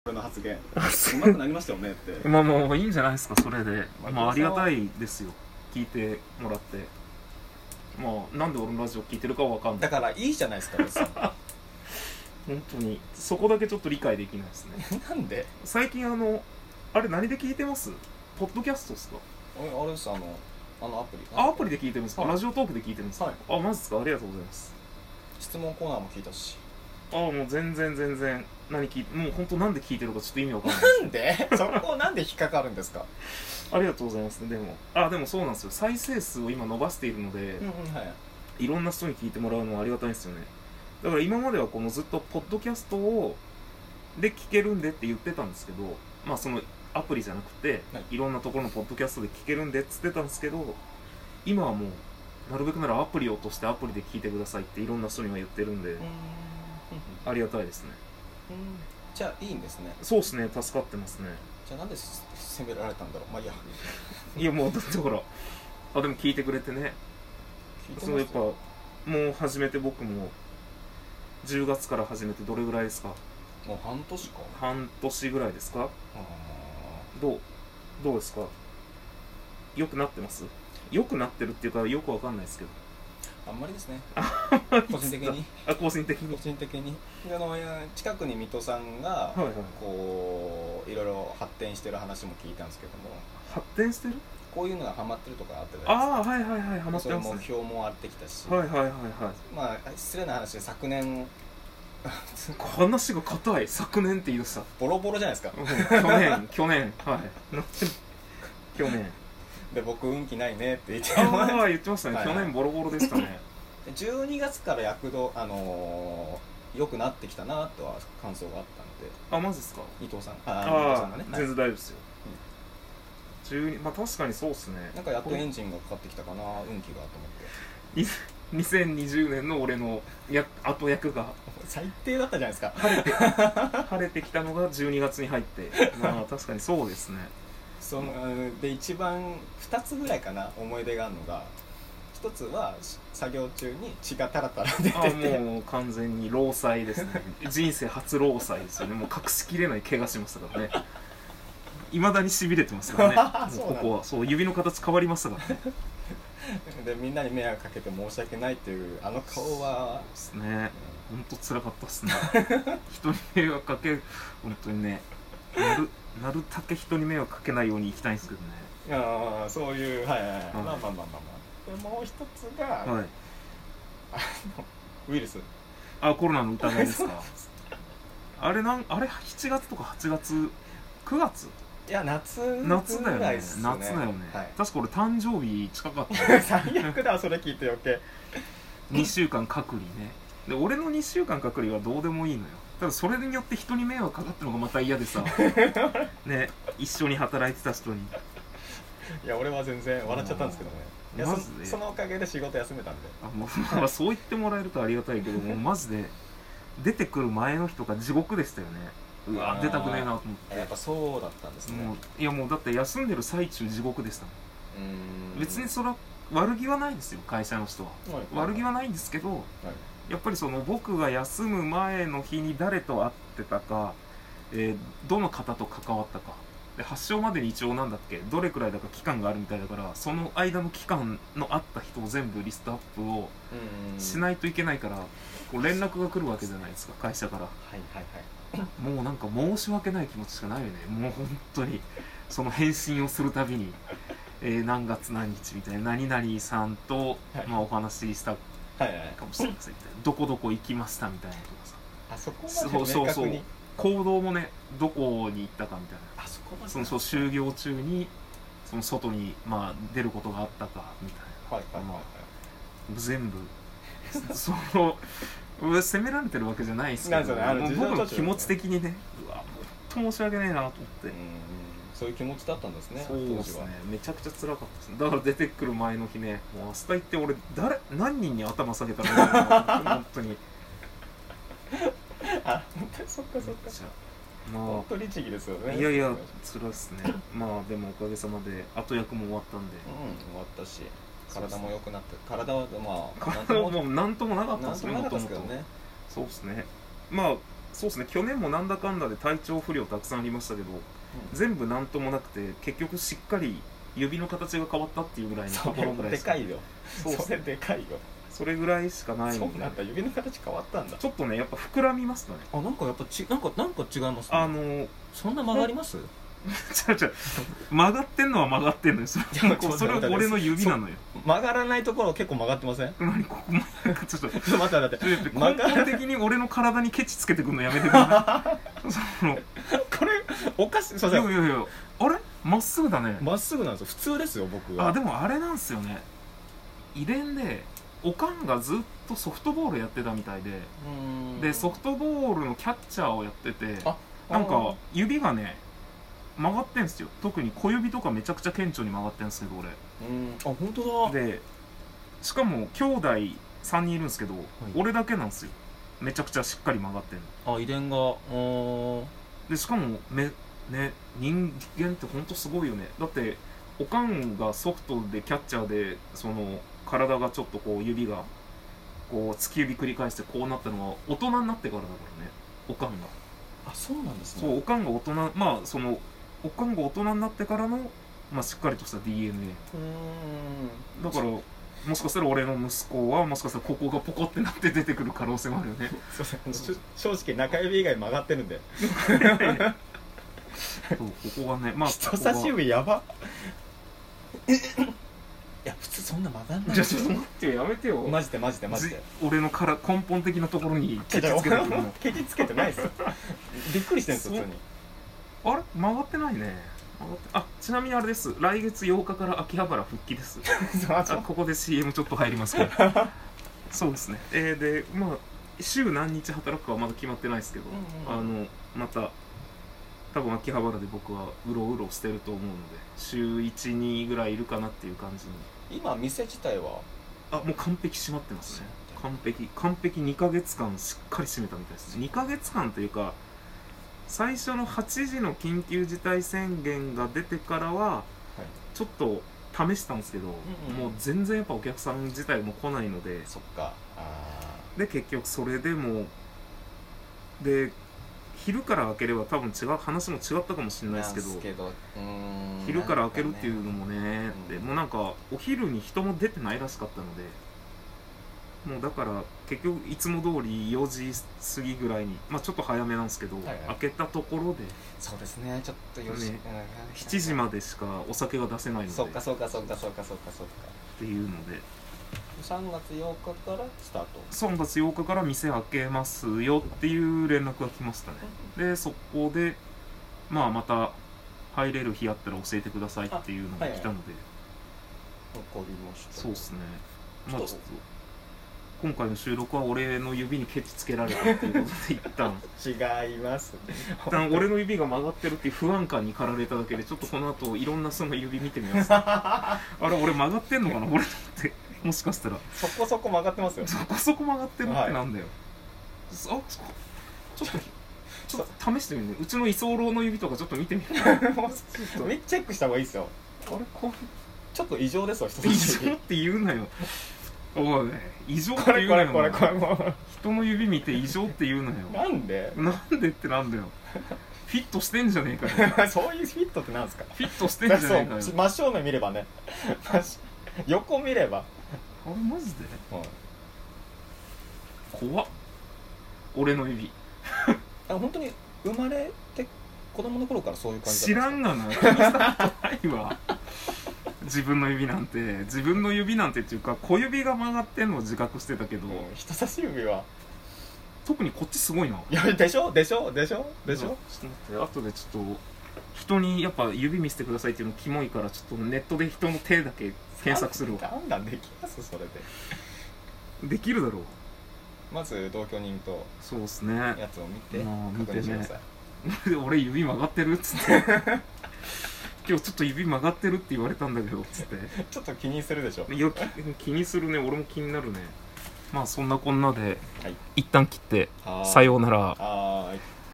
俺の発言うまくなりましたよねってまあいいんじゃないですか。それでまあありがたいですよ、聞いてもらって。まあなんで俺のラジオ聞いてるかは分かんない。 だからいいじゃないですか別に本当にそこだけちょっと理解できないですねなんで最近あれ何で聞いてます？ポッドキャストですか？ あれですアプリアプリで聞いてるんですか？ はいラジオトークで聞いてるんですか？ はいあ、マジですか？ありがとうございます。 質問コーナーも聞いたしもう全然何聞いて、もう本当なんで聞いてるかちょっと意味わかんないなんでそこなんで引っかかるんですかありがとうございますね。でもそうなんですよ、再生数を今伸ばしているので、いろんな人に聞いてもらうのはありがたいんですよね。だから今まではこのずっとポッドキャストで聞けるんでって言ってたんですけど、まあそのアプリじゃなくて、いろんなところのポッドキャストで聞けるんでって言ってたんですけど、今はもうなるべくならアプリを落としてアプリで聞いてくださいっていろんな人には言ってるんで、ありがたいですね。 じゃあいいんですね。 そうですね、助かってますね。 じゃあなんで責められたんだろう。まあいいやいやもうだってほら、でも聞いてくれてね。そうやっぱもう始めて、僕も10月から始めてどれぐらいですか？ もう半年か。 半年ぐらいですか？どうですか？良くなってます？良くなってるっていうかよくわかんないですけど、 あんまりですね個人的に近くに水戸さんがこういろいろ発展してる話も聞いたんですけども。 発展してる？ こういうのがハマってるとかあったじゃないですか。 はいハマってますね。 目標もあってきたし、 はいまあ失礼な話で昨年話が硬い。昨年って言い出した。 ボロボロじゃないですか去年はい去年で僕運気ないねって言って言ってましたね。去年ボロボロでしたね 12月から躍動良くなってきたなとは感想があったので。 マジですか？ 伊藤さんがね、 全然大丈夫ですよ。まあ確かにそうっすね。 なんかやっとエンジンがかかってきたかな、運気がと思って。 2020年の俺の後役が最低だったじゃないですか。 晴れてきたのが12月に入って、まあ確かにそうですね。 で一番2つぐらいかな思い出があるのが、1つは作業中に血がタラタラ出てて、 もう完全に労災ですね人生初労災ですよね。もう隠しきれない怪我しましたからね。未だにしびれてますからねここはそう指の形変わりましたからねでみんなに迷惑かけて申し訳ないっていうあの顔はですね。本当辛かったっすね人に迷惑かけ、本当にね、なるたけ人に迷惑かけないようにいきたいんですけどね。 そういうまあでもう一つが、ウイルスコロナの疑いですかあれ7月とか8月9月、 いや夏だよね。 夏だよね、確か俺誕生日近かった最悪だそれ聞いて余計 2週間隔離ね。で俺の2週間隔離はどうでもいいのよ。ただそれによって人に迷惑かかってるのがまた嫌でさね、一緒に働いてた人に。 いや俺は全然笑っちゃったんですけどね。 マジでそのおかげで仕事休めたんで。 もうそう言ってもらえるとありがたいけどもマジで出てくる前の日とか地獄でしたよね。うわ出たくねえなと思って。 やっぱそうだったんですね。 いやもうだって休んでる最中地獄でしたもん。別にそれは悪気はないですよ、会社の人は。悪気はないんですけど、やっぱり僕が休む前の日に誰と会ってたか、どの方と関わったかで、発症までに一応なんだっけ、どれくらいだか期間があるみたいだから、その間の期間のあった人を全部リストアップをしないといけないから、こう連絡が来るわけじゃないですか、会社から。もうなんか申し訳ない気持ちしかないよね。もう本当にその返信をするたびに、何月何日みたいな、何々さんと、お話ししたかもしれませんみたいな、どこどこ行きましたみたいなとかさ、 そこまで明確に行動もね、どこに行ったかみたいな、就業中に外に出ることがあったかみたいな、全部責められてるわけじゃないですけど、僕の気持ち的にね、うわ、本当申し訳ねえなと思って。 そういう気持ちだったんですね。 そうですね、めちゃくちゃ辛かったですね。だから出てくる前の日ね、もう明日行って俺何人に頭下げたらいいのかな本当にそっか本当律儀ですよね。 いや辛いっすね。でもおかげさまで後役も終わったんで、 終わったし、体も良くなって、体は体はもう何ともなかったですね、もともと。そうですね。 そうですね、去年もなんだかんだで体調不良たくさんありましたけど、全部なんともなくて結局しっかり指の形が変わったっていうぐらいのところぐらいですか、 でかいよ。それでかいよ。 それぐらいしかないので。 そうなんだ、指の形変わったんだ。 ちょっとねやっぱ膨らみますかね。 あ、なんかやっぱなんか違いますね。そんな曲がります？ 曲がってんのは曲がってんのよ。それは俺の指なのよ。 曲がらないところ結構曲がってません？ 何ここちょっと待って根本的に俺の体にケチつけてくるのやめてくれこれおかしい。いやあれまっすぐだね。 まっすぐなんですよ。普通ですよ僕は。 でもあれなんですよね、遺伝でおかんがずっとソフトボールやってたみたいで、ソフトボールのキャッチャーをやってて、なんか指がね曲がってんすよ。特に小指とかめちゃくちゃ顕著に曲がってんすけど俺。 本当だ。 でしかも兄弟3人いるんですけど、俺だけなんですよめちゃくちゃしっかり曲がってんの。 遺伝が。 でしかも人間ってほんとすごいよね。だっておかんがソフトでキャッチャーでその体がちょっとこう指がこう突き指繰り返してこうなったのは大人になってからだからね、おかんが。 そうなんですね。 そう、おかんが大人、そのおかんが大人になってからの、しっかりとした DNA だから、もしかしたら俺の息子はもしかしたらここがポコってなって出てくる可能性もあるよね。 正直中指以外曲がってるんでそう、ここがね、 人差し指やばいや普通そんな曲がんない。 じゃあちょっと待ってよ、やめてよ。 マジで俺の根本的なところにケチつけてくるの。 ケチつけてないですよびっくりしてるんですよ普通に。 あれ曲がってないね。ちなみにあれです、来月8日から秋葉原復帰ですここで CM ちょっと入りますけどそうですね。で週何日働くかはまだ決まってないですけど、また多分秋葉原で僕はうろうろしてると思うので、週 1,2 ぐらいいるかなっていう感じに。 今店自体はもう完璧閉まってますね。完璧2ヶ月間しっかり閉めたみたいですね。2ヶ月間というか、最初の8時の緊急事態宣言が出てからはちょっと試したんですけど、もう全然やっぱお客さん自体も来ないので、 そっか。 で結局それでもで昼から開ければ多分話も違ったかもしれないですけど、昼から開けるっていうのもね、もうなんかお昼に人も出てないらしかったので、もうだから結局いつも通り4時過ぎぐらいに、ちょっと早めなんですけど、開けたところで、 そうですね、ちょっと4時、 7時までしかお酒が出せないので、 そうかっていうので、 3月8日からスタート。 3月8日から店開けますよっていう連絡が来ましたね。でそこでまた入れる日あったら教えてくださいっていうのが来たので、 わかりました。 そうですね。ちょっと今回の収録は俺の指にケチつけられたっていうことで一旦違います一旦俺の指が曲がってるっていう不安感に駆られただけで、ちょっとこの後いろんなその指見てみますあれ俺曲がってんのかな俺ってもしかしたらそこそこ曲がってますよ。 そこそこ曲がってるってなんだよ、ちょっと試してみるね。うちの居候の指とかちょっと見てみるチェックした方がいいですよ。 あれちょっと異常ですよ。 異常って言うなよ。おい、異常って言うなよ。 これ人の指見て異常って言うなよ。 なんでってなんだよ。フィットしてんじゃねえかよそういうフィットってなんですか。 フィットしてんじゃねえかよ。 真正面見ればね横見れば。 あれマジで、怖っ。俺の指本当に生まれて子供の頃からそういう感じ知らんがな。気にしたことないわ自分の指なんてっていうか、小指が曲がってんのを自覚してたけど、 人差し指は特にこっちすごいな。 いやでしょ。 ちょっと待って、後でちょっと人にやっぱ指見せてくださいっていうのキモいから、ちょっとネットで人の手だけ検索するわ。 なんできますそれで。 できるだろう。 まず同居人とそうっすねやつを見て確認してください。 俺指曲がってるっつって今日ちょっと指曲がってるって言われたんだけどっつってちょっと気にするでしょ。 いや気にするね。俺も気になるね。そんなこんなで、一旦切ってさようなら。